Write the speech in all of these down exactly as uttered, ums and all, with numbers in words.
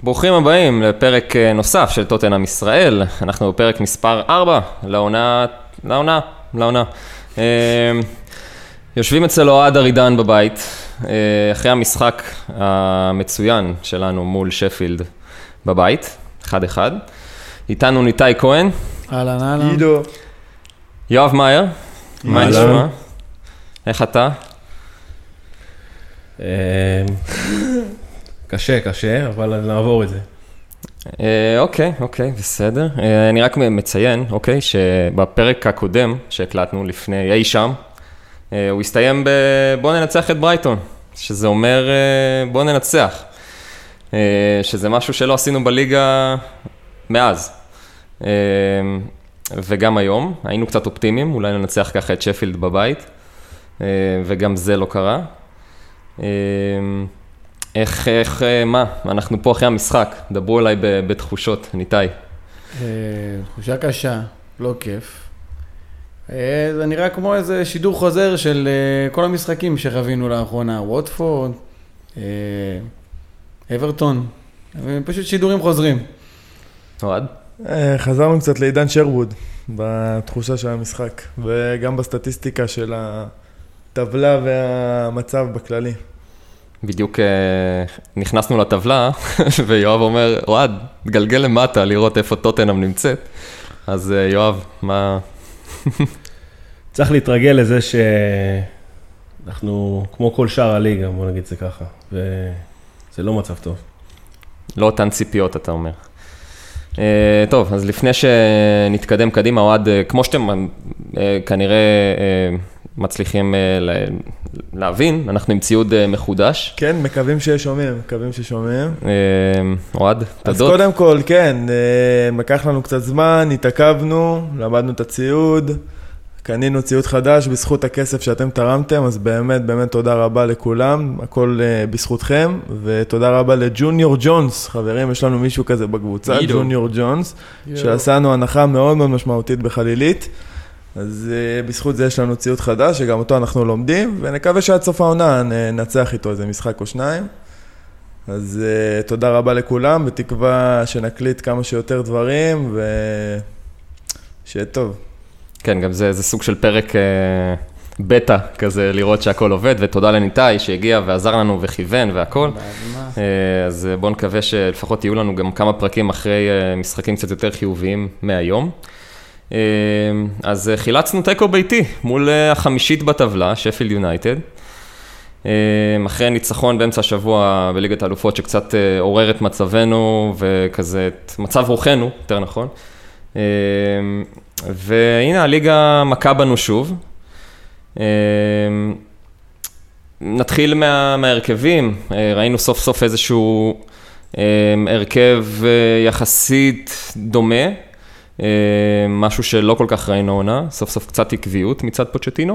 ברוכים הבאים לפרק נוסף של טוטנהאם ישראל. אנחנו בפרק מספר ארבע, לעונה, לעונה, לעונה. יושבים אצל אוהד ארידן בבית, אחרי המשחק המצוין שלנו מול שפילד בבית, אחד אחד. איתנו ניתאי כהן. אהלן, אהלן. עידו. יואב מאייר. מה נשמע? איך אתה? קשה, קשה, אבל נעבור את זה. אוקיי, אוקיי, בסדר. אני רק מציין, אוקיי, שבפרק הקודם שהקלטנו לפני אי שם, הוא הסתיים בבוא ננצח את ברייטון, שזה אומר בוא ננצח, שזה משהו שלא עשינו בליגה מאז. וגם היום, היינו קצת אופטימיים, אולי ננצח ככה את שפילד בבית, וגם זה לא קרה. איך, איך, מה? אנחנו פה אחרי המשחק, דברו אליי בתחושות, ניתאי. תחושה קשה, לא כיף. זה נראה כמו איזה שידור חוזר של כל המשחקים שחווינו לאחרונה, ווטפורד, אברטון, פשוט שידורים חוזרים. אוהד? חזרנו קצת לעידן שרווד בתחושה של המשחק, וגם בסטטיסטיקה של הטבלה והמצב בכללי. בדיוק נכנסנו לטבלה, ויואב אומר, אוהד, תגלגל למטה לראות איפה טוטנהאם נמצאת. אז יואב, מה... צריך להתרגל לזה שאנחנו כמו כל שאר הליגה, בוא נגיד זה ככה, וזה לא מצב טוב. לא אותן ציפיות, אתה אומר. טוב, אז לפני שנתקדם קדימה, אוהד, כמו שאתם כנראה מצליחים להבין, אנחנו עם ציוד מחודש. כן, מקווים ששומעים, מקווים ששומעים. אוהד, תודות. אז קודם כל, כן, לקח לנו קצת זמן, התעכבנו, למדנו את הציוד, קנינו ציוד חדש בזכות הכסף שאתם תרמתם, אז באמת, באמת תודה רבה לכולם, הכל בזכותכם, ותודה רבה לג'וניור ג'ונס, חברים, יש לנו מישהו כזה בקבוצה, ג'וניור ג'ונס, שעשינו הנחה מאוד מאוד משמעותית בחלילית, אז בזכות זה יש לנו ציוד חדש, שגם אותו אנחנו לומדים, ונקווה שעד סוף העונה נצח איתו איזה משחק או שניים. אז תודה רבה לכולם, בתקווה שנקליט כמה שיותר דברים, ושיהיה טוב. כן, גם זה, זה סוג של פרק בטא כזה, לראות שהכל עובד, ותודה לניתאי שהגיע ועזר לנו וכיוון והכל. אז בואו נקווה שלפחות יהיו לנו גם כמה פרקים אחרי משחקים קצת יותר חיוביים מהיום. אז חילצנו טקו ביתי מול החמישית בטבלה, שפילד יונייטד. אחרי ניצחון באמצע השבוע בליגת האלופות שקצת עורר את מצבנו וכזה את מצב רוחנו, יותר נכון. והנה הליגה מכה בנו שוב. נתחיל מה, מהרכבים, ראינו סוף סוף איזשהו הרכב יחסית דומה, משהו שלא כל כך ראינו עונה, סוף סוף קצת עקביות מצד פוצ'טינו.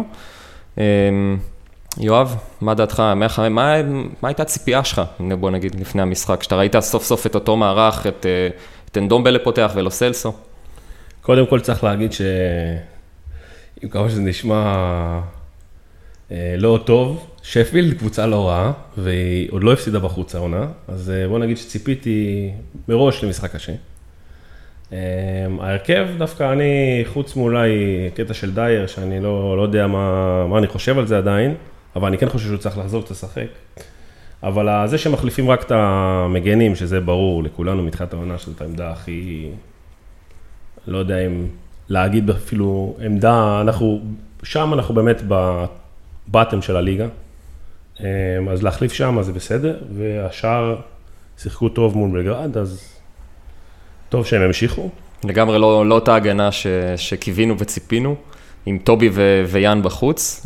יואב, מה דעתך? מה, מה, מה הייתה הציפייה שלך, בוא נגיד, לפני המשחק? שאתה ראית סוף סוף את אותו מערך, את, את אנדומבלה פותח ולו סלסו? קודם כל צריך להגיד ש... אם כמה שזה נשמע אה, לא טוב, שפילד קבוצה לא רעה, והיא עוד לא הפסידה בחוץ העונה, אז אה, בוא נגיד שציפיתי מראש למשחק קשה. אה, ההרכב דווקא אני, חוץ מאולי קטע של דייר, שאני לא, לא יודע מה, מה אני חושב על זה עדיין, אבל אני כן חושב שהוא צריך לחזור לשחק. אבל זה שמחליפים רק את המגנים, שזה ברור לכולנו מתחילת העונה, שזאת העמדה הכי... לא יודע אם להגיד אפילו עמדה, אנחנו, שם אנחנו באמת בבטם של הליגה, אז להחליף שם, אז זה בסדר, והשאר שיחקו טוב מול בלגרד, אז טוב שהם המשיכו. לגמרי לא, לא אותה הגנה ש, שקיווינו וציפינו, עם טובי ו, ויאן בחוץ.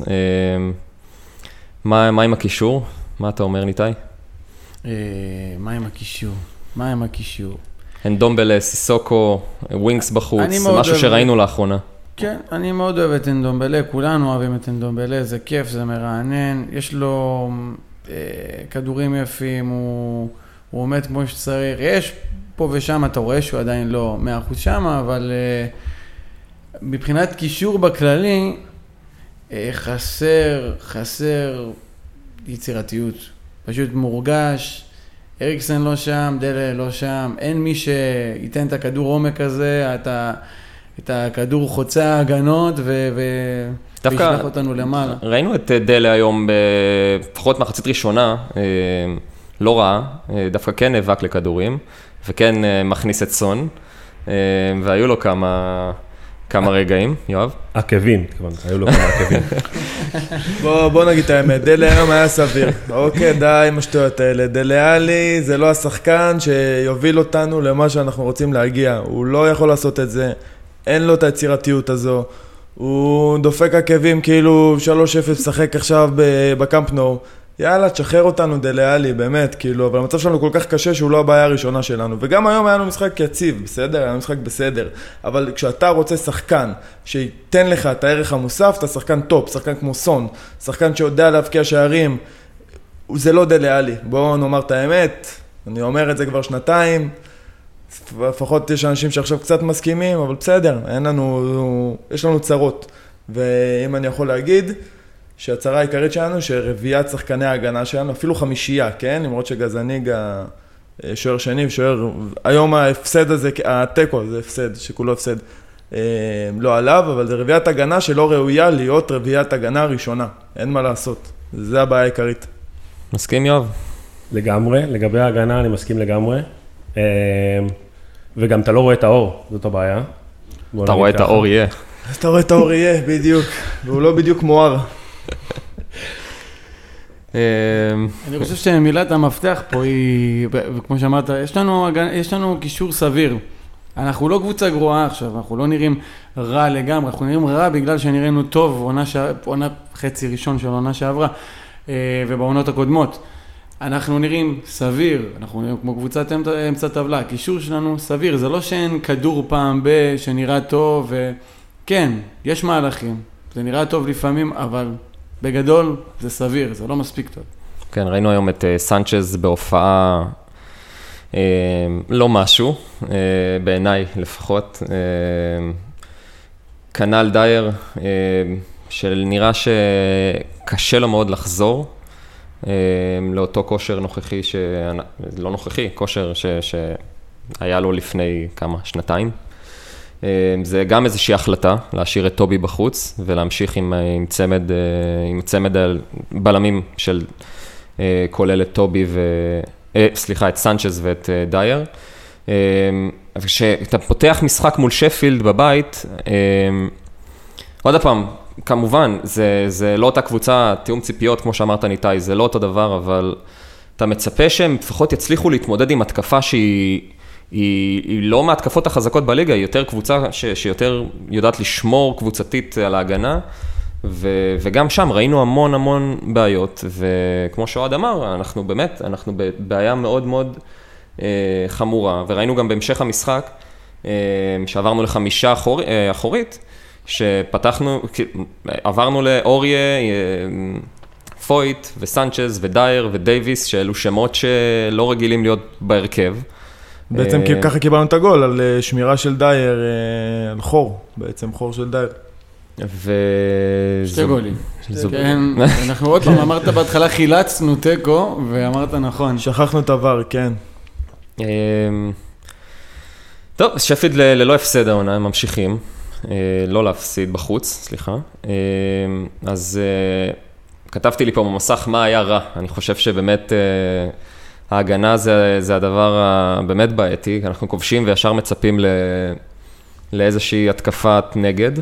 מה, מה עם הקישור? מה אתה אומר, ניתאי? מה עם הקישור? מה עם הקישור? אנדומבלה, סיסוקו, ווינקס בחוץ, זה משהו שראינו לאחרונה. כן, אני מאוד אוהב את אנדומבלה, כולנו אוהבים את אנדומבלה, זה כיף, זה מרענן, יש לו אה, כדורים יפים, הוא, הוא עומד כמו שצריך, יש פה ושם, אתה רואה שהוא עדיין לא מאה אחוז שם, אבל אה, מבחינת קישור בכללי, אה, חסר, חסר יצירתיות, פשוט מורגש, אריקסן לא שם, דלה לא שם, אין מי שייתן את הכדור עומק הזה, את, ה, את הכדור חוצה ההגנות ו, ו, וישלח אותנו למעלה. ראינו את דלה היום, לפחות מחצית ראשונה, לא רע, דווקא כן נאבק לכדורים, וכן מכניס את סון, והיו לו כמה... כמה רגעים, יואב? עקבים, היו לו כמה עקבים. בוא, בוא נגיד את האמת, דלה היום היה סביר. אוקיי, די עם השטויות האלה. דלה עלי זה לא השחקן שיוביל אותנו למה שאנחנו רוצים להגיע. הוא לא יכול לעשות את זה, אין לו את היצירתיות הזו. הוא דופק עקבים כאילו שלוש אפס שחק עכשיו בקאמפ נו. יאללה, תשחרר אותנו דליאלי, באמת, כאילו, אבל המצב שלנו כל כך קשה שהוא לא הבעיה הראשונה שלנו. וגם היום היה לנו משחק יציב, בסדר? היה לנו משחק בסדר. אבל כשאתה רוצה שחקן שייתן לך את הערך המוסף, אתה שחקן טופ, שחקן כמו סון, שחקן שיודע להבקיע שערים, זה לא דליאלי. בואו נאמר את האמת, אני אומר את זה כבר שנתיים, לפחות יש אנשים שעכשיו קצת מסכימים, אבל בסדר, אין לנו, יש לנו צרות. ואם אני יכול להגיד, שהצרה העיקרית שלנו, שרביעת שחקני ההגנה שלנו, אפילו חמישייה, כן? למרות שגזניגה שוער שני ושוער, היום ההפסד הזה, הטקו זה הפסד, שכולו הפסד, לא עליו, אבל זה רביעת הגנה שלא ראויה להיות רביעת הגנה ראשונה. אין מה לעשות. זה הבעיה העיקרית. מסכים, יואב? לגמרי. לגבי ההגנה אני מסכים לגמרי. וגם אתה לא רואה את האור, זאת הבעיה. אתה רואה את האור יהיה. אתה רואה את האור יהיה, בדיוק. והוא לא בדיוק מואר. אני חושב שמילת המפתח פה היא, וכמו שאמרת, יש לנו, יש לנו קישור סביר. אנחנו לא קבוצה גרועה עכשיו, אנחנו לא נראים רע לגמרי, אנחנו נראים רע בגלל שנראינו טוב, עונה, ש... עונה חצי ראשון של עונה שעברה, ובעונות הקודמות. אנחנו נראים סביר, אנחנו נראים כמו קבוצת אמצע טבלה, הקישור שלנו סביר, זה לא שאין כדור פעם ב... שנראה טוב, וכן, יש מהלכים, זה נראה טוב לפעמים, אבל בגדול זה סביר, זה לא מספיק טוב. כן, ראינו היום את סנצ'ז בהופעה, אה, לא משהו, אה, בעיניי לפחות. אה, קנל דייר, אה, שנראה שקשה לו מאוד לחזור, אה, לאותו כושר נוכחי, ש... לא נוכחי, כושר ש... שהיה לו לפני כמה, שנתיים. זה גם איזושהי החלטה להשאיר את טובי בחוץ ולהמשיך עם, עם צמד, עם צמד בלמים של כולל את טובי ו... סליחה, את סנצ'ז ואת דייר. כשאתה פותח משחק מול שפילד בבית, עוד פעם, כמובן, זה, זה לא אותה קבוצה, תיאום ציפיות, כמו שאמרת ניתאי, זה לא אותו דבר, אבל אתה מצפה שהם לפחות יצליחו להתמודד עם התקפה שהיא... היא, היא לא מהתקפות החזקות בליגה, היא יותר קבוצה ש, שיותר יודעת לשמור קבוצתית על ההגנה, ו, וגם שם ראינו המון המון בעיות, וכמו שאוהד אמר, אנחנו באמת, אנחנו בבעיה מאוד מאוד אה, חמורה, וראינו גם בהמשך המשחק, אה, שעברנו לחמישה אחור, אה, אחורית, שפתחנו, עברנו לאוריה, אה, פויט וסנצ'ז ודייר ודייביס, שאלו שמות שלא רגילים להיות בהרכב, בעצם ככה קיבלנו את הגול, על שמירה של דייר, על חור, בעצם חור של דייר. ו... שתי גולים. כן, אנחנו עוד פעם, אמרת בהתחלה חילצנו טקו, ואמרת נכון. שכחנו את עבר, כן. טוב, שפילד ללא הפסד העונה, הם ממשיכים, לא להפסיד בחוץ, סליחה. אז כתבתי לי פה במסך מה היה רע, אני חושב שבאמת... ההגנה זה, זה הדבר הבאמת בעייתי, אנחנו כובשים וישר מצפים ל, לאיזושהי התקפת נגד.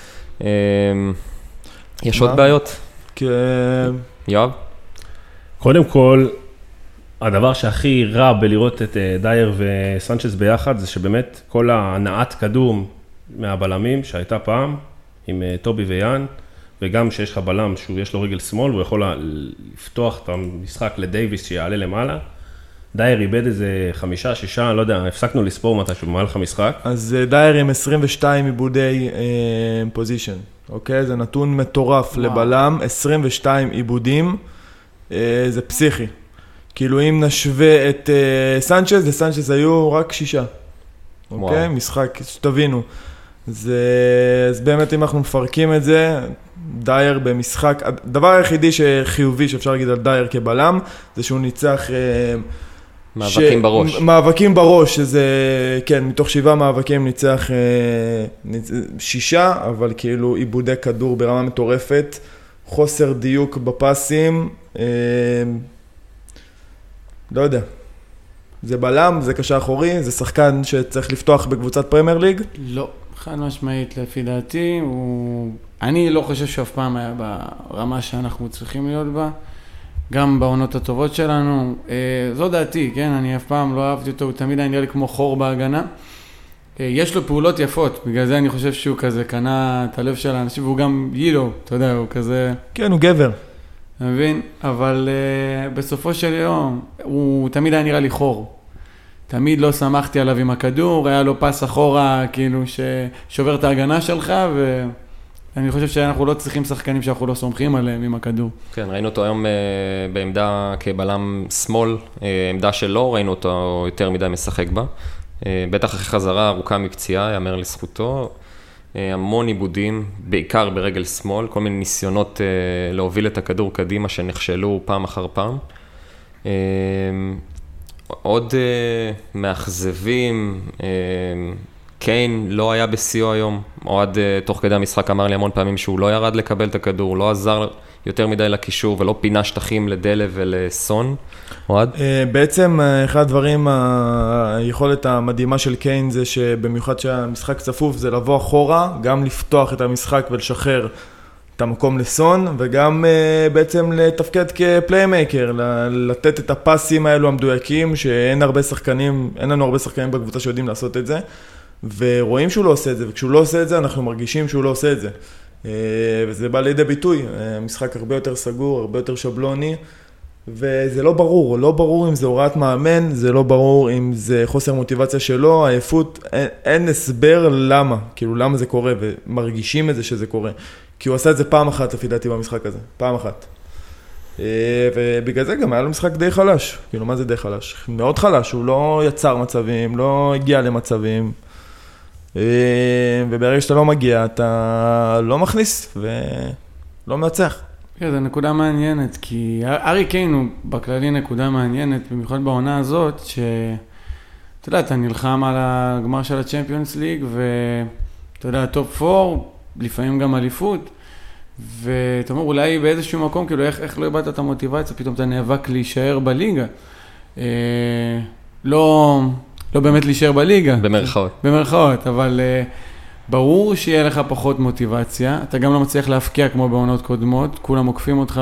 יש עוד בעיות? כן. יואב? קודם כל, הדבר שהכי רע בלראות את דייר וסנצ'ז ביחד, זה שבאמת כל הנעת כדור מהבלמים שהייתה פעם, עם טובי ויאן, וגם שיש לך בלם שיש לו רגל שמאל, הוא יכול לפתוח את המשחק לדייביס שיעלה למעלה. דייר איבד איזה חמישה, שישה, לא יודע, הפסקנו לספור מתישהו במהלך המשחק. אז דייר עם עשרים ושתיים עיבודי פוזישן, אוקיי? זה נתון מטורף לבלם, עשרים ושתיים עיבודים, זה פסיכי. כאילו אם נשווה את סנצ'ז, לסנצ'ז היו רק שישה, אוקיי? משחק, שתבינו. אז באמת אם אנחנו מפרקים את זה, דייר במשחק, הדבר היחידי שחיובי שאפשר להגיד על דייר כבלם, זה שהוא ניצח מאבקים ש... בראש. מאבקים בראש, שזה, כן, מתוך שבעה מאבקים ניצח ניצ... שישה, אבל כאילו עיבודי כדור ברמה מטורפת, חוסר דיוק בפסים, אה... לא יודע. זה בלם, זה קשר אחורי, זה שחקן שצריך לפתוח בקבוצת פרמייר ליג? לא, חד משמעית לפי דעתי, הוא... אני לא חושב שאף פעם היה ברמה שאנחנו צריכים להיות בה, גם בעונות הטובות שלנו, אה, זו דעתי, כן, אני אף פעם לא אהבתי אותו, הוא תמיד היה נראה לי כמו חור בהגנה, אה, יש לו פעולות יפות, בגלל זה אני חושב שהוא כזה קנה את הלב של האנשים, והוא גם ידו, אתה יודע, הוא כזה... כן, הוא גבר. מבין? אבל uh, בסופו של יום, הוא תמיד היה נראה לי חור. תמיד לא שמחתי עליו עם הכדור, היה לו פס אחורה, כאילו, ששובר את ההגנה שלך, ואני חושב שאנחנו לא צריכים שחקנים שאנחנו לא סומכים עליהם עם הכדור. כן, ראינו אותו היום uh, בעמדה כבלם שמאל, uh, עמדה שלא, ראינו אותו יותר מדי משחק בה. Uh, בטח אחרי חזרה ארוכה מפציעה, יאמר לזכותו. המון עיבודים, בעיקר ברגל שמאל, כל מיני ניסיונות uh, להוביל את הכדור קדימה שנכשלו פעם אחר פעם. Uh, עוד uh, מאכזבים, uh, קיין לא היה בסיוע היום, עוד uh, תוך כדי המשחק אמר לי המון פעמים שהוא לא ירד לקבל את הכדור, לא עזר יותר מדי לקישור ולא פינה שטחים לדלה ולסון. עוד? בעצם אחד הדברים, היכולת המדהימה של קיין זה שבמיוחד שהמשחק צפוף זה לבוא אחורה, גם לפתוח את המשחק ולשחרר את המקום לסון, וגם בעצם לתפקד כפליימייקר, לתת את הפסים האלו המדויקים, שאין הרבה שחקנים, אין לנו הרבה שחקנים בקבוצה שיודעים לעשות את זה, ורואים שהוא לא עושה את זה, וכשהוא לא עושה את זה אנחנו מרגישים שהוא לא עושה את זה. וזה בא לידי ביטוי, משחק הרבה יותר סגור, הרבה יותר שבלוני, וזה לא ברור, לא ברור אם זה הוראת מאמן, זה לא ברור אם זה חוסר מוטיבציה שלו, העייפות, אין, אין הסבר למה, כאילו למה זה קורה, ומרגישים את זה שזה קורה, כי הוא עשה את זה פעם אחת לפי דעתי במשחק הזה, פעם אחת. ובגלל זה גם היה לו משחק די חלש, כאילו מה זה די חלש? מאוד חלש, הוא לא יצר מצבים, לא הגיע למצבים, וברגע שאתה לא מגיע, אתה לא מכניס ולא מנצח. כן, זו נקודה מעניינת, כי ארי קיין הוא בכללי נקודה מעניינת, במיוחד בעונה הזאת, שאתה יודע, אתה נלחם על הגמר של הצ'מפיונס ליג, ואתה יודע, טופ פור, לפעמים גם אליפות, ואתה אומר, אולי באיזשהו מקום, כאילו, איך, איך לא איבדת את המוטיבציה, פתאום אתה נאבק להישאר בליגה. אה, לא, לא באמת להישאר בליגה. במרכאות. במרכאות, אבל אה, ברור שיהיה לך פחות מוטיבציה, אתה גם לא מצליח להפקיע כמו בעונות קודמות, כולם עוקפים אותך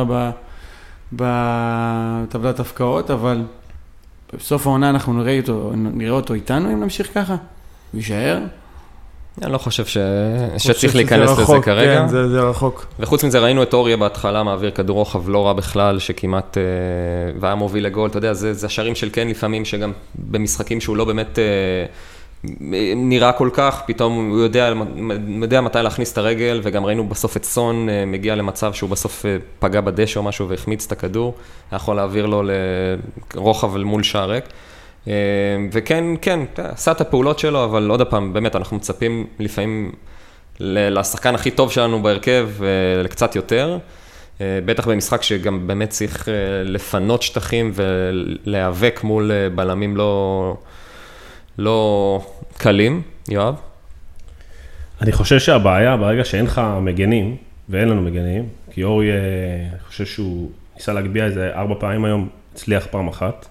בטבלת הפקעות, אבל בסוף העונה אנחנו נראה אותו, נראה אותו איתנו אם נמשיך ככה, הוא יישאר. אני לא חושב ש... שצריך להיכנס לזה כרגע. כן, זה, זה רחוק. וחוץ מזה ראינו את אוריה בהתחלה, מעביר כדור רוחב לא רע בכלל, שכמעט, והיה מוביל לגול, אתה יודע, זה, זה השערים של כן לפעמים, שגם במשחקים שהוא לא באמת נראה כל כך, פתאום הוא יודע, יודע מתי להכניס את הרגל, וגם ראינו בסוף את סון מגיע למצב שהוא בסוף פגע בדשא או משהו והחמיץ את הכדור, היה יכול להעביר לו לרוחב מול שער ריק. וכן, כן, עשה את הפעולות שלו, אבל עוד הפעם, באמת, אנחנו מצפים לפעמים לשחקן הכי טוב שלנו בהרכב, לקצת יותר, בטח במשחק שגם באמת צריך לפנות שטחים ולהיאבק מול בלמים לא, לא קלים. יואב? אני חושב שהבעיה, ברגע שאין לך מגנים, ואין לנו מגנים, כי אורי, אני חושב שהוא ניסה להגביע איזה ארבע פעמים היום, הצליח פעם אחת,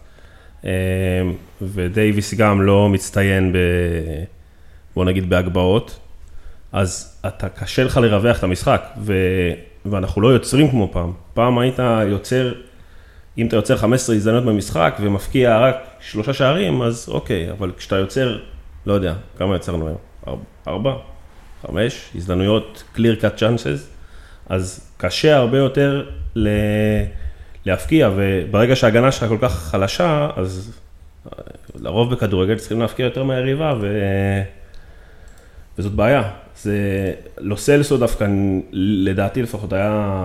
ודייביס גם לא מצטיין ב... בוא נגיד בהגבעות, אז אתה קשה לך לרווח את המשחק, ו... ואנחנו לא יוצרים כמו פעם. פעם היית יוצר, אם אתה יוצר חמש עשרה הזדמנויות במשחק ומפקיע רק שלושה שערים, אז אוקיי, אבל כשאתה יוצר, לא יודע, כמה יצרנו היום? ארבע, ארבע, חמש, הזדמנויות clear cut chances, אז קשה הרבה יותר ל... להפקיע, וברגע שההגנה שלך כל כך חלשה, אז לרוב בכדורגל צריכים להפקיע יותר מהיריבה, ו... וזאת בעיה. זה לא סלסו דווקא, לדעתי לפחות היה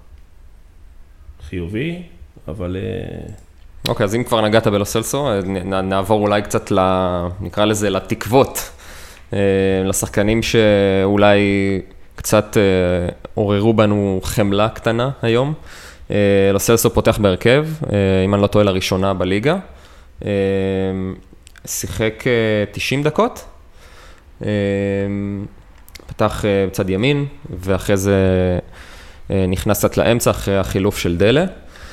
חיובי, אבל... אוקיי, אז אם כבר נגעת בלו סלסו, נעבור אולי קצת, נקרא לזה, לתקוות, לשחקנים שאולי קצת עוררו בנו חמלה קטנה היום. לו סלסו פותח בהרכב, אם אני לא טועה לראשונה בליגה, שיחק תשעים דקות, פתח בצד ימין, ואחרי זה נכנס קצת לאמצע אחרי החילוף של דלה.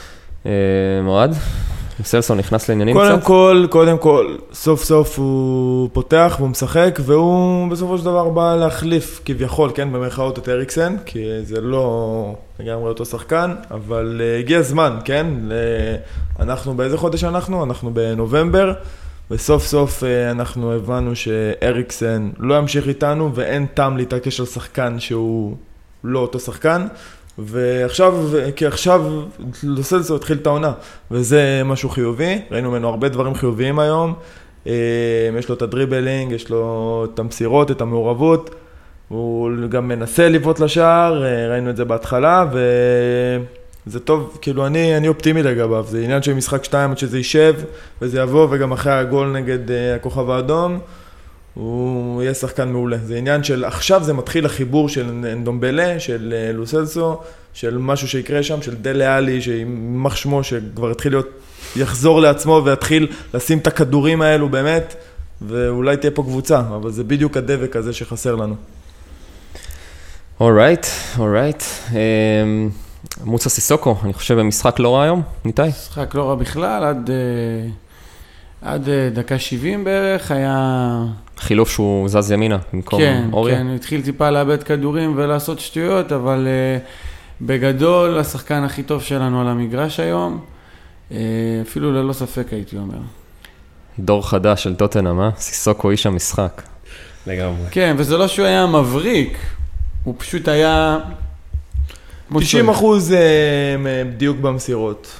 מועד, סלסון נכנס לעניינים קודם קצת? כל, קודם כל, סוף סוף הוא פותח והוא משחק, והוא בסופו של דבר בא להחליף כביכול, כן, במרכאות את אריקסן, כי זה לא לגמרי אותו שחקן, אבל uh, הגיע זמן, כן, אנחנו באיזה חודש אנחנו? אנחנו בנובמבר, וסוף סוף uh, אנחנו הבנו שאריקסן לא ימשיך איתנו, ואין טעם להתעקש על שחקן שהוא לא אותו שחקן, ועכשיו, כי עכשיו לוסלסו התחיל את העונה, וזה משהו חיובי, ראינו ממנו הרבה דברים חיוביים היום, יש לו את הדריבלינג, יש לו את המסירות, את המעורבות, הוא גם מנסה לבעוט לשער, ראינו את זה בהתחלה, וזה טוב, כאילו אני, אני אופטימי לגביו, זה עניין של משחק שתיים עד שזה יישב, וזה יבוא, וגם אחרי הגול נגד הכוכב האדום, הוא יהיה שחקן מעולה. זה עניין של עכשיו זה מתחיל החיבור של אנדומבלה, של לוסלסו, של משהו שיקרה שם, של דלה אלי, שימח שמו, שכבר התחיל להיות, יחזור לעצמו ויתחיל לשים את הכדורים האלו באמת, ואולי תהיה פה קבוצה, אבל זה בדיוק הדבק הזה שחסר לנו. אורייט, אורייט. מוצא סיסוקו, אני חושב במשחק לא רע היום, ניתאי? משחק לא רע בכלל, עד... עד דקה שבעים בערך היה... חילוף שהוא זז ימינה במקום כן, אוריה? כן, הוא התחיל טיפה לאבד כדורים ולעשות שטויות, אבל uh, בגדול השחקן הכי טוב שלנו על המגרש היום, uh, אפילו ללא ספק הייתי אומר. דור חדש של טוטנהאם, אה? סיסוקו איש המשחק. לגמרי. כן, וזה לא שהוא היה מבריק, הוא פשוט היה... תשעים אחוז דיוק במסירות.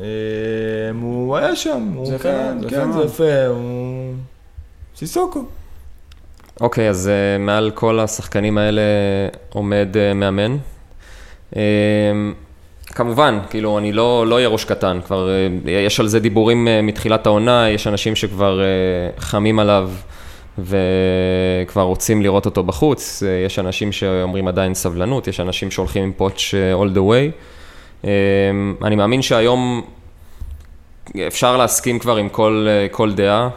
הוא היה שם, הוא כן, כן, זה יפה, הוא סיסוקו. אוקיי, אז מעל כל השחקנים האלה עומד מאמן. כמובן, כאילו, אני לא, לא אהיה ראש קטן, כבר יש על זה דיבורים מתחילת העונה, יש אנשים שכבר חמים עליו וכבר רוצים לראות אותו בחוץ, יש אנשים שאומרים עדיין סבלנות, יש אנשים שהולכים עם פוטש all the way. אני מאמין שהיום אפשר להסכים כבר עם כל, כל דעה.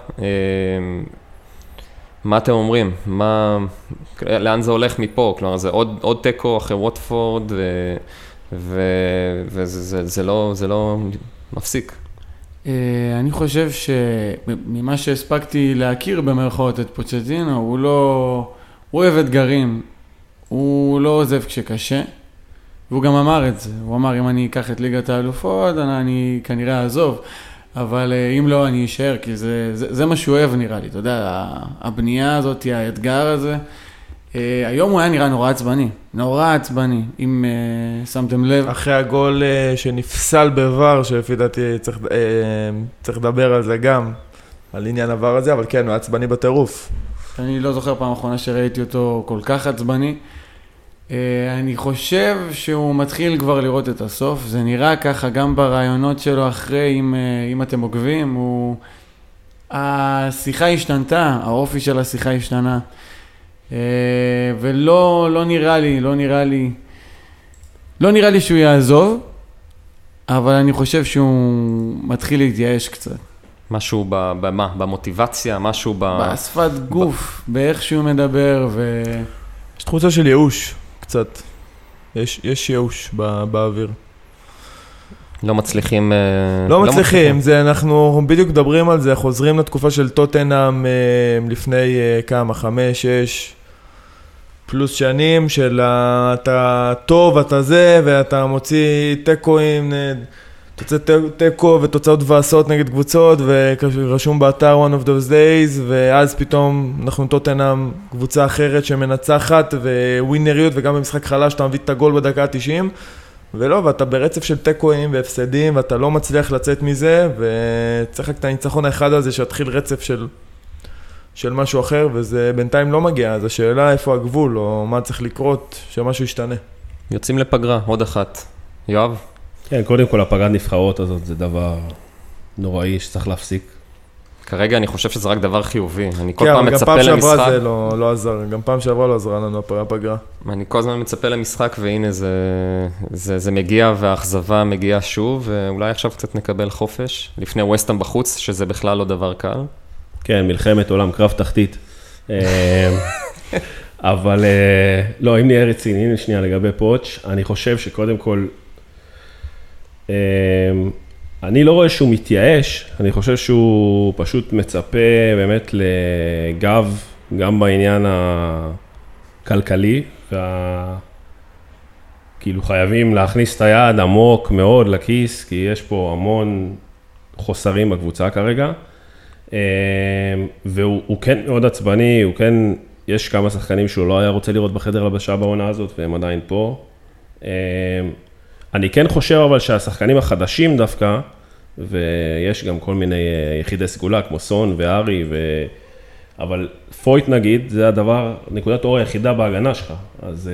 מה אתם אומרים? מה, לאן זה הולך מפה? כלומר, זה עוד, עוד טקו אחרי ווטפורד, ו, ו, וזה זה, זה לא, זה לא מפסיק. אני חושב שממה שהספקתי להכיר במרכאות את פוצ'טינו, הוא לא, הוא אוהב אתגרים, הוא לא עוזב כשקשה. והוא גם אמר את זה, הוא אמר, אם אני אקח את ליגת האלופות, אני, אני כנראה אעזוב, אבל אם לא, אני אשאר, כי זה, זה, זה מה שהוא אוהב נראה לי, אתה יודע, הבנייה הזאת, האתגר הזה, היום הוא היה נראה נורא עצבני, נורא עצבני, אם שמתם לב. אחרי הגול שנפסל בעבר, שלפי דעתי צריך, צריך לדבר על זה גם, על עניין עבר הזה, אבל כן, הוא עצבני בטירוף. אני לא זוכר פעם אחרונה שראיתי אותו כל כך עצבני, אני חושב שהוא מתחיל כבר לראות את הסוף, זה נראה ככה גם ברעיונות שלו אחרי, אם, אם אתם עוקבים, הוא... השיחה השתנתה, האופי של השיחה השתנה, ולא לא נראה לי, לא נראה לי, לא נראה לי שהוא יעזוב, אבל אני חושב שהוא מתחיל להתייאש קצת. משהו במה? במוטיבציה, משהו ב... בשפת גוף, ב... באיך שהוא מדבר ו... יש תחושה של ייאוש. קצת. יש, יש ייאוש בא, באוויר. לא מצליחים... לא, לא מצליחים, מצליחים. זה אנחנו בדיוק מדברים על זה, חוזרים לתקופה של טוטנהאם לפני כמה, חמש, שש, פלוס שנים של אתה טוב, אתה זה, ואתה מוציא טקואים, תוצא טקו ותוצאות ועשות נגד קבוצות, ורשום באתר one of those days, ואז פתאום אנחנו טוטנהאם קבוצה אחרת שמנצחת, ווינריות, וגם במשחק חלש אתה מביא את הגול בדקה ה-תשעים, ולא, ואתה ברצף של טקואים והפסדים, ואתה לא מצליח לצאת מזה, וצריך רק את הניצחון האחד הזה שהתחיל רצף של, של משהו אחר, וזה בינתיים לא מגיע, אז השאלה איפה הגבול, או מה צריך לקרות, שמשהו ישתנה. יוצאים לפגרה, עוד אחת. יואב? כן, קודם כל הפגרת נבחרות הזאת זה דבר נוראי שצריך להפסיק. כרגע אני חושב שזה רק דבר חיובי. אני כל כן, פעם גם מצפה פעם שעברה למשחק. זה לא, לא עזר, גם פעם שעברה לא עזרה לנו הפגרה. אני כל הזמן מצפה למשחק, והנה זה, זה, זה מגיע, והאכזבה מגיעה שוב, ואולי עכשיו קצת נקבל חופש, לפני ווסטהאם בחוץ, שזה בכלל לא דבר קל. כן, מלחמת עולם, קרב תחתית. אבל לא, אם נהיה רציני, הנה שנייה לגבי פוץ', אני חושב שקודם כל, אני לא רואה שהוא מתייאש, אני חושב שהוא פשוט מצפה באמת לגב, גם בעניין הכלכלי, וה... כאילו חייבים להכניס את היד עמוק מאוד לכיס, כי יש פה המון חוסרים בקבוצה כרגע, והוא כן מאוד עצבני, הוא כן, יש כמה שחקנים שהוא לא היה רוצה לראות בחדר לבשה בעונה הזאת, והם עדיין פה. אני כן חושב אבל שהשחקנים החדשים דווקא, ויש גם כל מיני יחידי סגולה, כמו סון וארי, ו... אבל פויט נגיד, זה הדבר, נקודת אור היחידה בהגנה שלך. אז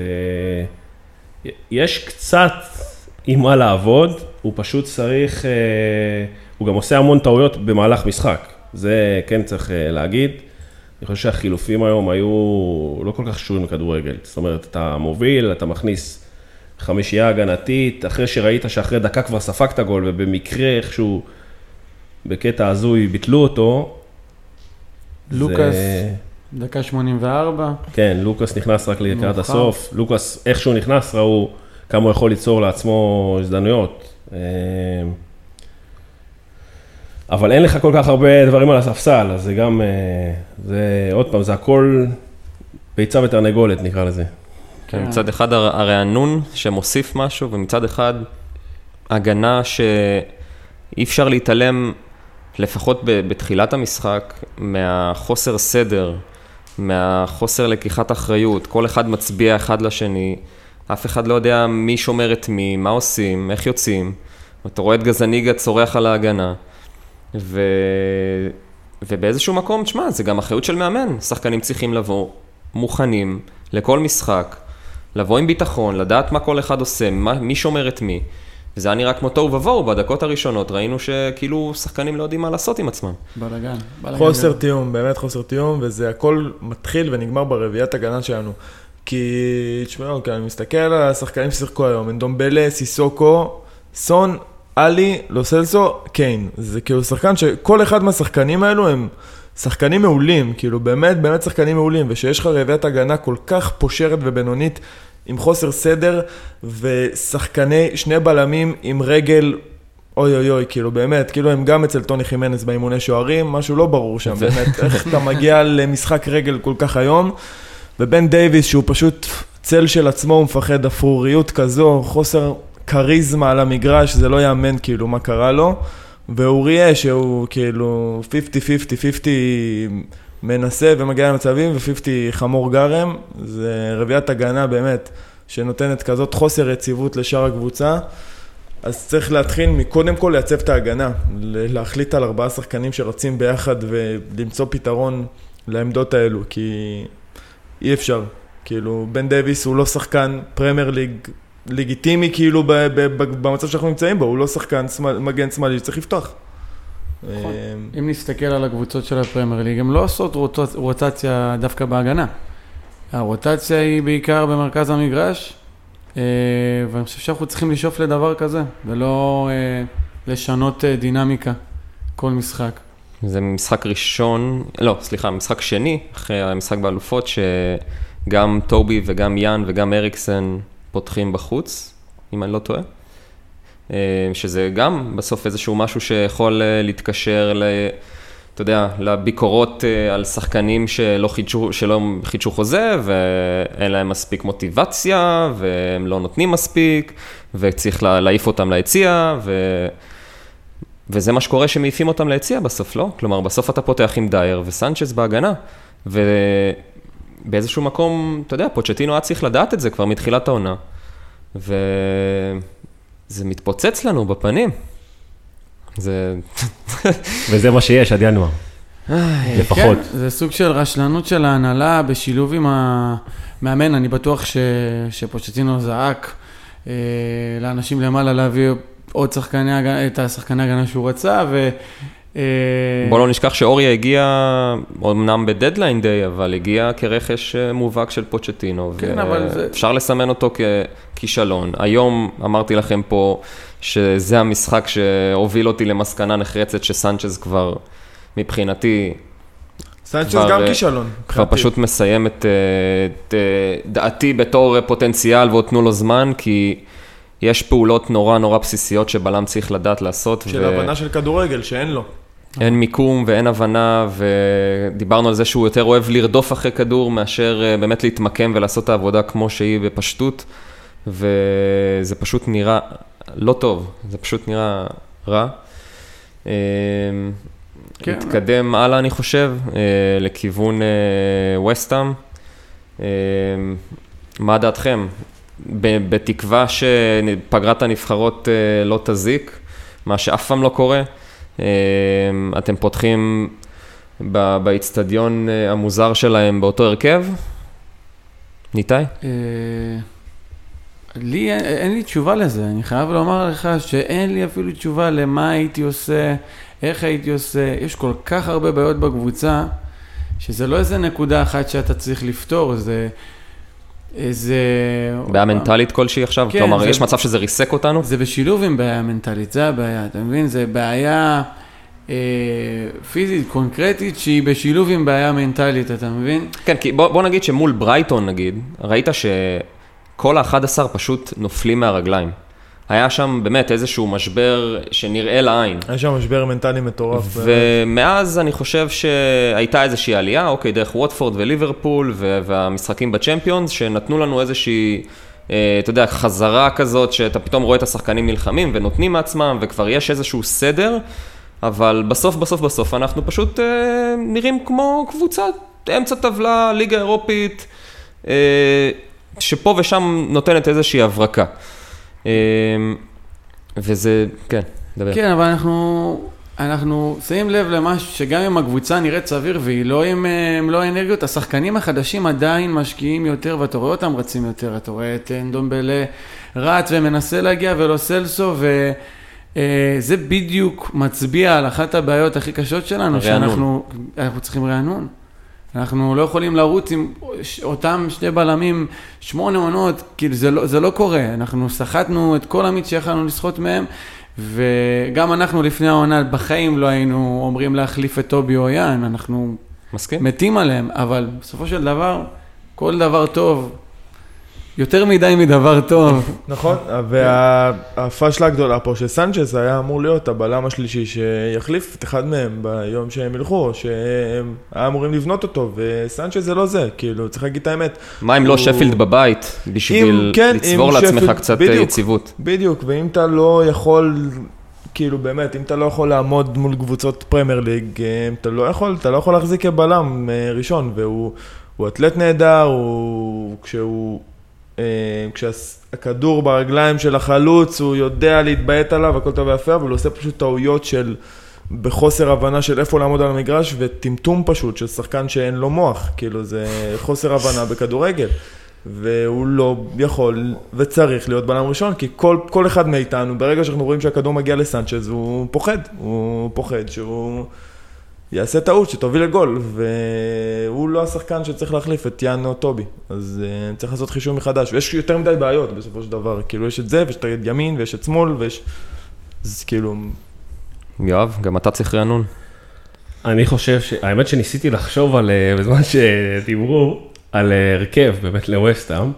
יש קצת עם מה לעבוד, הוא פשוט צריך, הוא גם עושה המון טעויות במהלך משחק. זה כן צריך להגיד. אני חושב שהחילופים היום היו לא כל כך קשורים לכדורגל. זאת אומרת, אתה מוביל, אתה מכניס חמישייה הגנתית, אחרי שראית שאחרי דקה כבר ספקת גול, ובמקרה איכשהו בקטע הזוי ביטלו אותו. לוקאס, זה... דקה שמונים וארבע. כן, לוקאס נכנס רק לקראת הסוף. לוקאס, איכשהו נכנס, ראו כמה הוא יכול ליצור לעצמו הזדמנויות. אבל אין לך כל כך הרבה דברים על הספסל, אז זה גם, זה, עוד פעם, זה הכל ביצה ותרנגולת, נקרא לזה. כן, מצד אחד הרענון שמוסיף משהו, ומצד אחד הגנה שאי אפשר להתעלם, לפחות בתחילת המשחק, מהחוסר סדר, מהחוסר לקיחת אחריות, כל אחד מצביע אחד לשני, אף אחד לא יודע מי שומר את מי, מה עושים, איך יוצאים, אתה רואה את גזניגה צורח על ההגנה, ו... ובאיזשהו מקום, תשמע, זה גם אחריות של מאמן, שחקנים צריכים לבוא מוכנים לכל משחק, לבוא עם ביטחון, לדעת מה כל אחד עושה, מה, מי שומר את מי. וזה היה נראה כמו תוהו ובוהו, בדקות הראשונות ראינו שכאילו שחקנים לא יודעים מה לעשות עם עצמם. בלגן. חוסר תיאום, באמת חוסר תיאום, וזה הכל מתחיל ונגמר ברביעיית הגנה שלנו. כי, תשמעו, אני מסתכל על השחקנים ששיחקו היום, אנדומבלה, סיסוקו, סון, אלי, לוסלסו, קיין. זה כאילו שחקן שכל אחד מהשחקנים האלו הם שחקנים מעולים, כאילו באמת, באמת שחקנים מעולים, ושיש לך רביעיית הגנה כל כך פושרת ובינונית, עם חוסר סדר, ושחקני, שני בלמים עם רגל, אוי אוי אוי, כאילו באמת, כאילו הם גם אצל טוני חימנס באימוני שוערים, משהו לא ברור שם, באמת, איך אתה מגיע למשחק רגל כל כך היום, ובן דייביס שהוא פשוט צל של עצמו, הוא מפחד אפרוריות כזו, חוסר קריזמה על המגרש, זה לא יאמן כאילו מה קרה לו, ואוריה שהוא כאילו חמישים חמישים חמישים מנסה ומגיע למצבים, ו-חמישים חמור גרם, זה רביעת הגנה באמת, שנותנת כזאת חוסר יציבות לשאר הקבוצה, אז צריך להתחיל מקודם כל לייצב את ההגנה, להחליט על ארבעה שחקנים שרצים ביחד, ולמצוא פתרון לעמדות האלו, כי אי אפשר, כאילו בן דייביס הוא לא שחקן פרמייר ליג, לגיטימי כאילו במצב שאנחנו נמצאים בו, הוא לא שחקן מגן שמאלי שצריך לפתוח. אם נסתכל על הקבוצות של הפרמייר ליג, הם לא עושות רוטציה דווקא בהגנה. הרוטציה היא בעיקר במרכז המגרש, ואני חושב שאנחנו צריכים לשאוף לדבר כזה, ולא לשנות דינמיקה כל משחק. זה משחק ראשון, לא, סליחה, משחק שני, אחרי המשחק באלופות, שגם טובי וגם יאן וגם אריקסן פותחים בחוץ, אם אני לא טועה. שזה גם בסוף איזשהו משהו שיכול להתקשר ל, אתה יודע, לביקורות על שחקנים שלא חידשו, שלא חידשו חוזה, ואין להם מספיק מוטיבציה, והם לא נותנים מספיק, וצריך להעיף אותם ליציאה, ו... וזה מה שקורה שמעיפים אותם ליציאה בסוף, לא? כלומר, בסוף אתה פותח עם דייר וסנצ'ס בהגנה, ובאיזשהו מקום, אתה יודע, פוצ'טינו היה צריך לדעת את זה כבר מתחילת העונה, ו... זה מתפוצץ לנו בפנים. זה... וזה מה שיש עד ינואר. לפחות. כן, זה סוג של רשלנות של ההנהלה בשילוב עם המאמן. אני בטוח ש... שפוצ'טינו זעק לאנשים למעלה להביא עוד שחקני, את השחקני הגנה שהוא רצה, בוא לא נשכח שאוריה הגיע, אמנם בדדליין דיי, אבל הגיע כרכש מובהק של פוצ'טינו, ואפשר לסמן אותו ככישלון. היום אמרתי לכם פה שזה המשחק שהוביל אותי למסקנה נחרצת שסנצ'ז כבר מבחינתי, סנצ'ז גם כישלון. כבר פשוט מסיים את, את דעתי בתור פוטנציאל ועוד לו זמן, כי יש פעולות נורא נורא בסיסיות שבלם צריך לדעת לעשות. של ו... הבנה של כדורגל שאין לו. אין מיקום ואין הבנה, ודיברנו על זה שהוא יותר אוהב לרדוף אחרי כדור, מאשר באמת להתמקם ולעשות את העבודה כמו שהיא בפשטות, וזה פשוט נראה לא טוב, זה פשוט נראה רע. כן. התקדם הלאה, אני חושב, לכיוון ווסטהאם. מה דעתכם? בתקווה שפגרת הנבחרות לא תזיק, מה שאף פעם לא קורה. אתם פותחים באצטדיון המוזר שלהם באותו הרכב? ניתאי? לי, אין לי תשובה לזה. אני חייב לומר לך שאין לי אפילו תשובה למה הייתי עושה, איך הייתי עושה. יש כל כך הרבה בעיות בקבוצה, שזה לא איזה נקודה אחת שאתה צריך לפתור, זה... איזה... בעיה מנטלית כלשהי עכשיו? כן, כלומר, זה... יש מצב שזה ריסק אותנו? זה בשילוב עם בעיה מנטלית, זה הבעיה, אתה מבין? זה בעיה אה, פיזית, קונקרטית, שהיא בשילוב עם בעיה מנטלית, אתה מבין? כן, כי בוא, בוא נגיד שמול ברייטון, נגיד, ראית שכל ה-אחד עשר פשוט נופלים מהרגליים. היה שם באמת איזשהו משבר שנראה לעין. היה שם משבר מנטלי מטורף. ומאז אני חושב שהייתה איזושהי עלייה, אוקיי, דרך ווטפורד וליברפול והמשחקים בצ'מפיונס, שנתנו לנו איזושהי, אתה יודע, חזרה כזאת, שאתה פתאום רואה את השחקנים נלחמים ונותנים מעצמם, וכבר יש איזשהו סדר, אבל בסוף, בסוף, בסוף, אנחנו פשוט נראים כמו קבוצת אמצע טבלה, ליגה אירופית, שפה ושם נותנת איזושהי הברקה. וזה, כן, דבר. כן, אבל אנחנו, אנחנו שמים לב למשהו שגם אם הקבוצה נראית סביר והיא לא עם, לא אנרגיות, השחקנים החדשים עדיין משקיעים יותר, ואתה רואה אותם רצים יותר, אתה רואה את דומבלה רץ ומנסה להגיע ולא סלסו, וזה בדיוק מצביע על אחת הבעיות הכי קשות שלנו, שאנחנו אנחנו צריכים רענון. אנחנו לא יכולים לרוץ עם אותם שני בלמים, שמונה עונות, כאילו זה לא, זה לא קורה. אנחנו שחטנו את כל המיץ שיכולנו לשחות מהם, וגם אנחנו לפני העונה בחיים לא היינו אומרים להחליף את טובי או יאן, אנחנו מסכים? מתים עליהם, אבל בסופו של דבר, כל דבר טוב, יותר מדי מדבר טוב. נכון, והפשלה הגדולה פה של סנצ'ז היה אמור להיות הבלם השלישי שיחליף את אחד מהם ביום שהם ילכו, שהם היה אמורים לבנות אותו, וסנצ'ז זה לא זה, כאילו, צריך להגיד את האמת. מה אם לא שפילד בבית, בשביל לצבור לעצמך קצת יציבות? בדיוק, ואם אתה לא יכול, כאילו באמת, אם אתה לא יכול לעמוד מול קבוצות פרמייר ליג, אתה לא יכול, אתה לא יכול להחזיק כבלם ראשון, והוא אתלט נהדר, הוא, כשהוא כשהכדור ברגליים של החלוץ, הוא יודע להתבעט עליו, הכל טוב ויפה, אבל הוא עושה פשוט טעויות של, בחוסר הבנה של איפה לעמוד על המגרש, וטמטום פשוט של שחקן שאין לו מוח, כאילו זה חוסר הבנה בכדורגל, והוא לא יכול וצריך להיות בלם ראשון, כי כל, כל אחד מאיתנו, ברגע שאנחנו רואים שהכדור מגיע לסנצ'ז, הוא פוחד, הוא פוחד שהוא יעשה טעות שתוביל לגול, והוא לא השחקן שצריך להחליף את יאן או טובי, אז uh, צריך לעשות חישוב מחדש, ויש יותר מדי בעיות בסופו של דבר, כאילו יש את זה, ויש את ימין, ויש את שמאל, ויש, אז כאילו... יואב, גם אתה צריך רענון. אני חושב ש... האמת שניסיתי לחשוב על, בזמן שדיברו, על הרכב באמת לווסטהאם,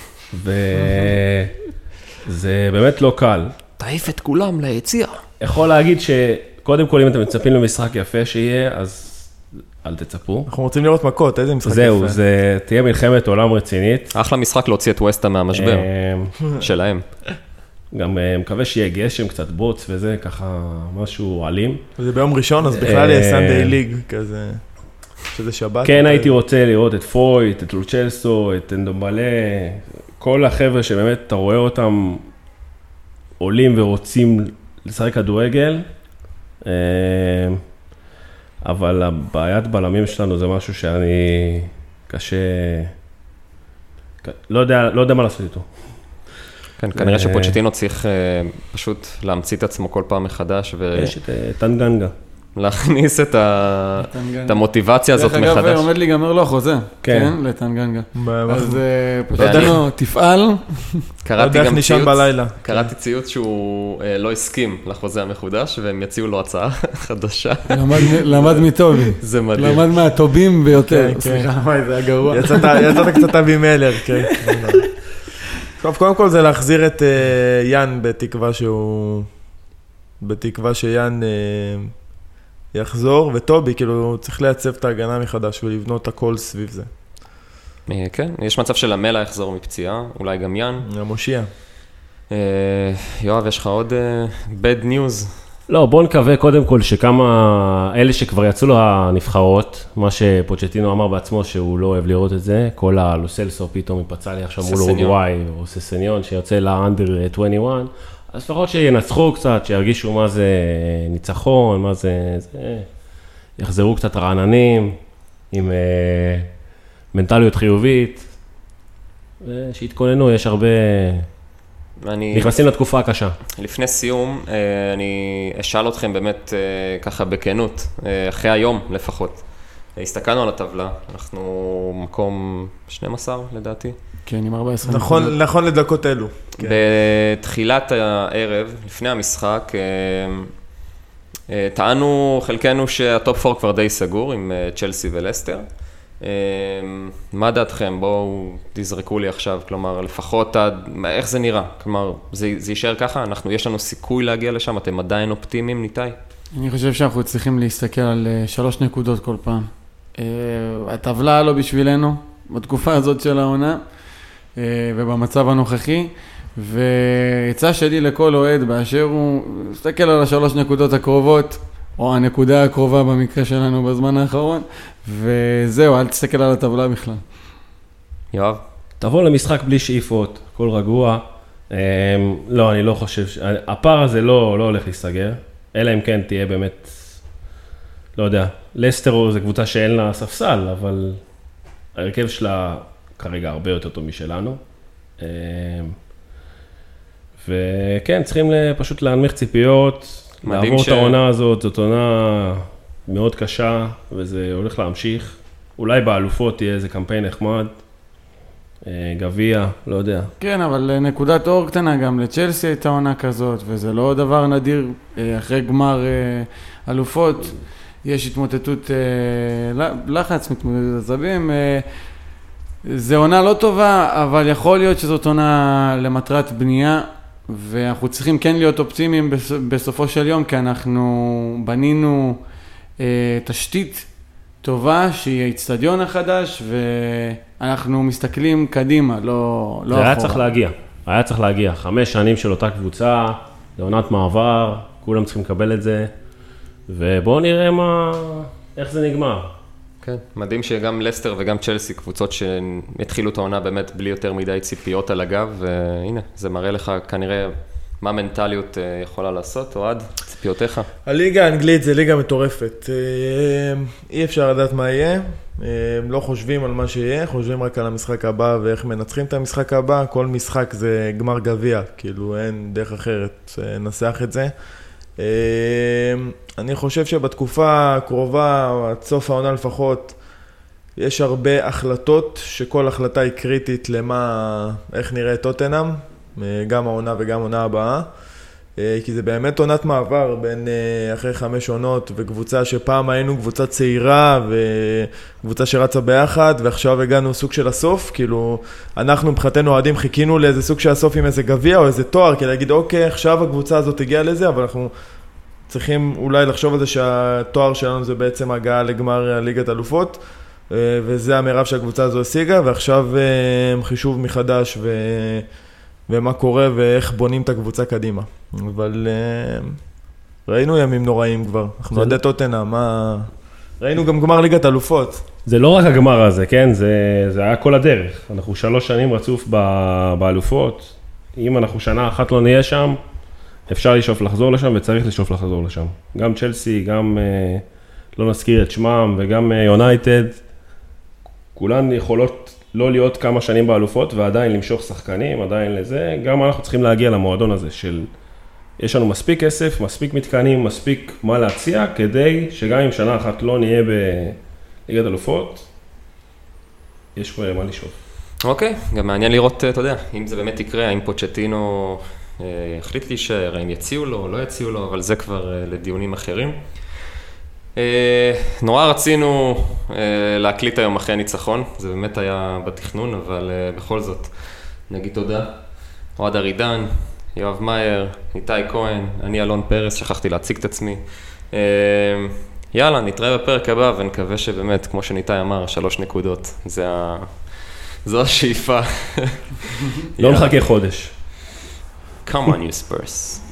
וזה באמת לא קל. תעיף את כולם ליציע. יכול להגיד ש... קודם כל, אם אתם מצפים למשחק יפה שיהיה, אז אל תצפו. אנחנו רוצים לראות מכות, איזה משחק זהו, יפה. זהו, זה תהיה מלחמת עולם רצינית. אחלה משחק להוציא את ווסטהאם מהמשבר שלהם. גם מקווה שיהיה גשם, קצת בוץ וזה, ככה משהו עלים. זה ביום ראשון, אז בכלל יהיה סנדיי ליג כזה, שזה שבת. כן, הייתי רוצה לראות את פויט, את לוצ'לסו, את אנדומבלה, כל החבר'ה שבאמת אתה רואה אותם עולים ורוצים לשחק כדורגל. אבל הבעיית בלמים שלנו זה משהו שאני קשה, לא יודע, לא יודע מה לעשות איתו. כן, כנראה שפוצ'טינו צריך פשוט להמציא את עצמו כל פעם מחדש. יש את טנגנגה. להכניס את, ה... את המוטיבציה הזאת מחדש. דרך אגב, עומד לי גמר לו חוזה, כן, לטנגנגה. אז פשוט לנו, תפעל. קראתי גם ציוץ, קראתי ציוץ שהוא לא הסכים לחוזה המחודש, והם יציעו לו הצעה חדשה. למד מטובי. זה מדהים. למד מהטובים ביותר. סליחה, מה, זה היה גרוע. יצאת קצת אבי מלר, כן. טוב, קודם כל זה להחזיר את יאן בתקווה שהוא... בתקווה שיאן יחזור, וטובי, כאילו, צריך לייצב את ההגנה מחדש ולבנות הכל סביב זה. כן, יש מצב של המלה יחזור מפציעה, אולי גם יאן. המושיע. יואב, יש לך עוד bad news? לא, בוא נקווה קודם כל שכמה, אלה שכבר יצאו לו הנבחרות, מה שפוצ'טינו אמר בעצמו שהוא לא אוהב לראות את זה, כל הלוסלסו פתאום מפצע לי עכשיו מול אורוגוואי, או ססניון שיוצא לאנדר עשרים ואחת, אז לפחות שינצחו קצת, שירגישו מה זה ניצחון, מה זה, זה יחזרו קצת רעננים, עם אה, מנטליות חיובית, ושיתכוננו, יש הרבה... אני... נכנסים לתקופה הקשה. לפני סיום, אני אשאל אתכם באמת ככה בכנות, אחרי היום לפחות. הסתכלנו על הטבלה, אנחנו מקום שנים עשר לדעתי. כן, עם ארבע עשרה. נכון, נכון לדקות אלו. בתחילת הערב, לפני המשחק, טענו חלקנו שהטופ ארבע כבר די סגור עם צ'לסי ולסטר. מה דעתכם? בואו תזרקו לי עכשיו, כלומר, לפחות איך זה נראה? כלומר, זה, זה יישאר ככה? אנחנו, יש לנו סיכוי להגיע לשם? אתם עדיין אופטימיים, ניתאי? אני חושב שאנחנו צריכים להסתכל על שלוש נקודות כל פעם. הטבלה לא בשבילנו, בתקופה הזאת של העונה, ובמצב הנוכחי, ויצא שלי לכל אוהד באשר הוא מסתכל על השלוש נקודות הקרובות, או הנקודה הקרובה במקרה שלנו בזמן האחרון, וזהו, אל תסתכל על הטבלה בכלל. יואב? תבוא למשחק בלי שאיפות, הכל רגוע. לא, אני לא חושב, הפער הזה לא, לא הולך להסתגר, אלא אם כן תהיה באמת, לא יודע, לסטר זה קבוצה שאין לה ספסל, אבל הרכב שלה כרגע הרבה יותר טוב משלנו. וכן, צריכים פשוט להנמיך ציפיות, לעבור ש... את העונה הזאת, זאת עונה מאוד קשה, וזה הולך להמשיך. אולי באלופות תהיה איזה קמפיין נחמד, גביע, לא יודע. כן, אבל נקודת אור קטנה גם לצ'לסי הייתה עונה כזאת, וזה לא דבר נדיר, אחרי גמר אלופות, יש התמוטטות לחץ, מתמוטטות עצבים. זה עונה לא טובה, אבל יכול להיות שזאת עונה למטרת בנייה, ואנחנו צריכים כן להיות אופטימיים בסופו של יום, כי אנחנו בנינו אה, תשתית טובה, שהיא האצטדיון החדש, ואנחנו מסתכלים קדימה, לא, לא זה היה צריך להגיע, היה צריך להגיע. חמש שנים של אותה קבוצה, זה עונת מעבר, כולם צריכים לקבל את זה, ובואו נראה מה, איך זה נגמר. כן, מדהים שגם לסטר וגם צ'לסי, קבוצות שהתחילו את העונה באמת בלי יותר מדי ציפיות על הגב, והנה, זה מראה לך כנראה מה מנטליות יכולה לעשות, אוהד, ציפיותיך. הליגה האנגלית זה ליגה מטורפת, אי אפשר לדעת מה יהיה, לא חושבים על מה שיהיה, חושבים רק על המשחק הבא ואיך מנצחים את המשחק הבא, כל משחק זה גמר גביע, כאילו אין דרך אחרת, ננסח את זה. אני חושב שבתקופה הקרובה, עד סוף העונה לפחות, יש הרבה החלטות, שכל החלטה היא קריטית למה, איך נראה טוטנהאם, גם העונה וגם העונה הבאה, כי זה באמת עונת מעבר בין אחרי חמש עונות, וקבוצה שפעם היינו קבוצה צעירה, וקבוצה שרצה ביחד, ועכשיו הגענו סוג של הסוף, כאילו אנחנו מבחינתנו אוהדים חיכינו לאיזה סוג של הסוף עם איזה גביע או איזה תואר, כי להגיד אוקיי, עכשיו הקבוצה הזאת הגיעה לזה, אבל אנחנו צריכים אולי לחשוב על זה שהתואר שלנו זה בעצם הגעה לגמר ליגת אלופות, וזה המרב שהקבוצה הזו השיגה, ועכשיו חישוב מחדש ו... ומה קורה ואיך בונים את הקבוצה קדימה. אבל ראינו ימים נוראים כבר, אנחנו עדי טוטנהאם, מה... ראינו גם גמר ליגת אלופות. זה לא רק הגמר הזה, כן? זה, זה היה כל הדרך. אנחנו שלוש שנים רצוף באלופות. אם אנחנו שנה אחת לא נהיה שם, אפשר לשאוף לחזור לשם וצריך לשאוף לחזור לשם. גם צ'לסי, גם לא נזכיר את שמם וגם יונייטד, כולן יכולות לא להיות כמה שנים באלופות ועדיין למשוך שחקנים, עדיין לזה. גם אנחנו צריכים להגיע למועדון הזה של יש לנו מספיק כסף, מספיק מתקנים, מספיק מה להציע, כדי שגם אם שנה אחת לא נהיה בליגת אלופות, יש פה מה לשאוף. אוקיי, גם מעניין לראות, אתה יודע, אם זה באמת יקרה, האם פוצ'טינו יחליט להישאר, האם יציעו לו או לא יציעו לו, אבל זה כבר לדיונים אחרים. נורא רצינו להקליט היום אחרי ניצחון, זה באמת היה בתכנון, אבל בכל זאת, נגיד תודה. אוהד ארידן, יואב מאייר, איתי כהן, אני אלון פרס, שכחתי להציג את עצמי. יאללה, נתראה בפרק הבא, ונקווה שבאמת, כמו שניתי אמר, שלוש נקודות. זה ה... זו השאיפה. לא נחכה חודש. Come on, you Spurs.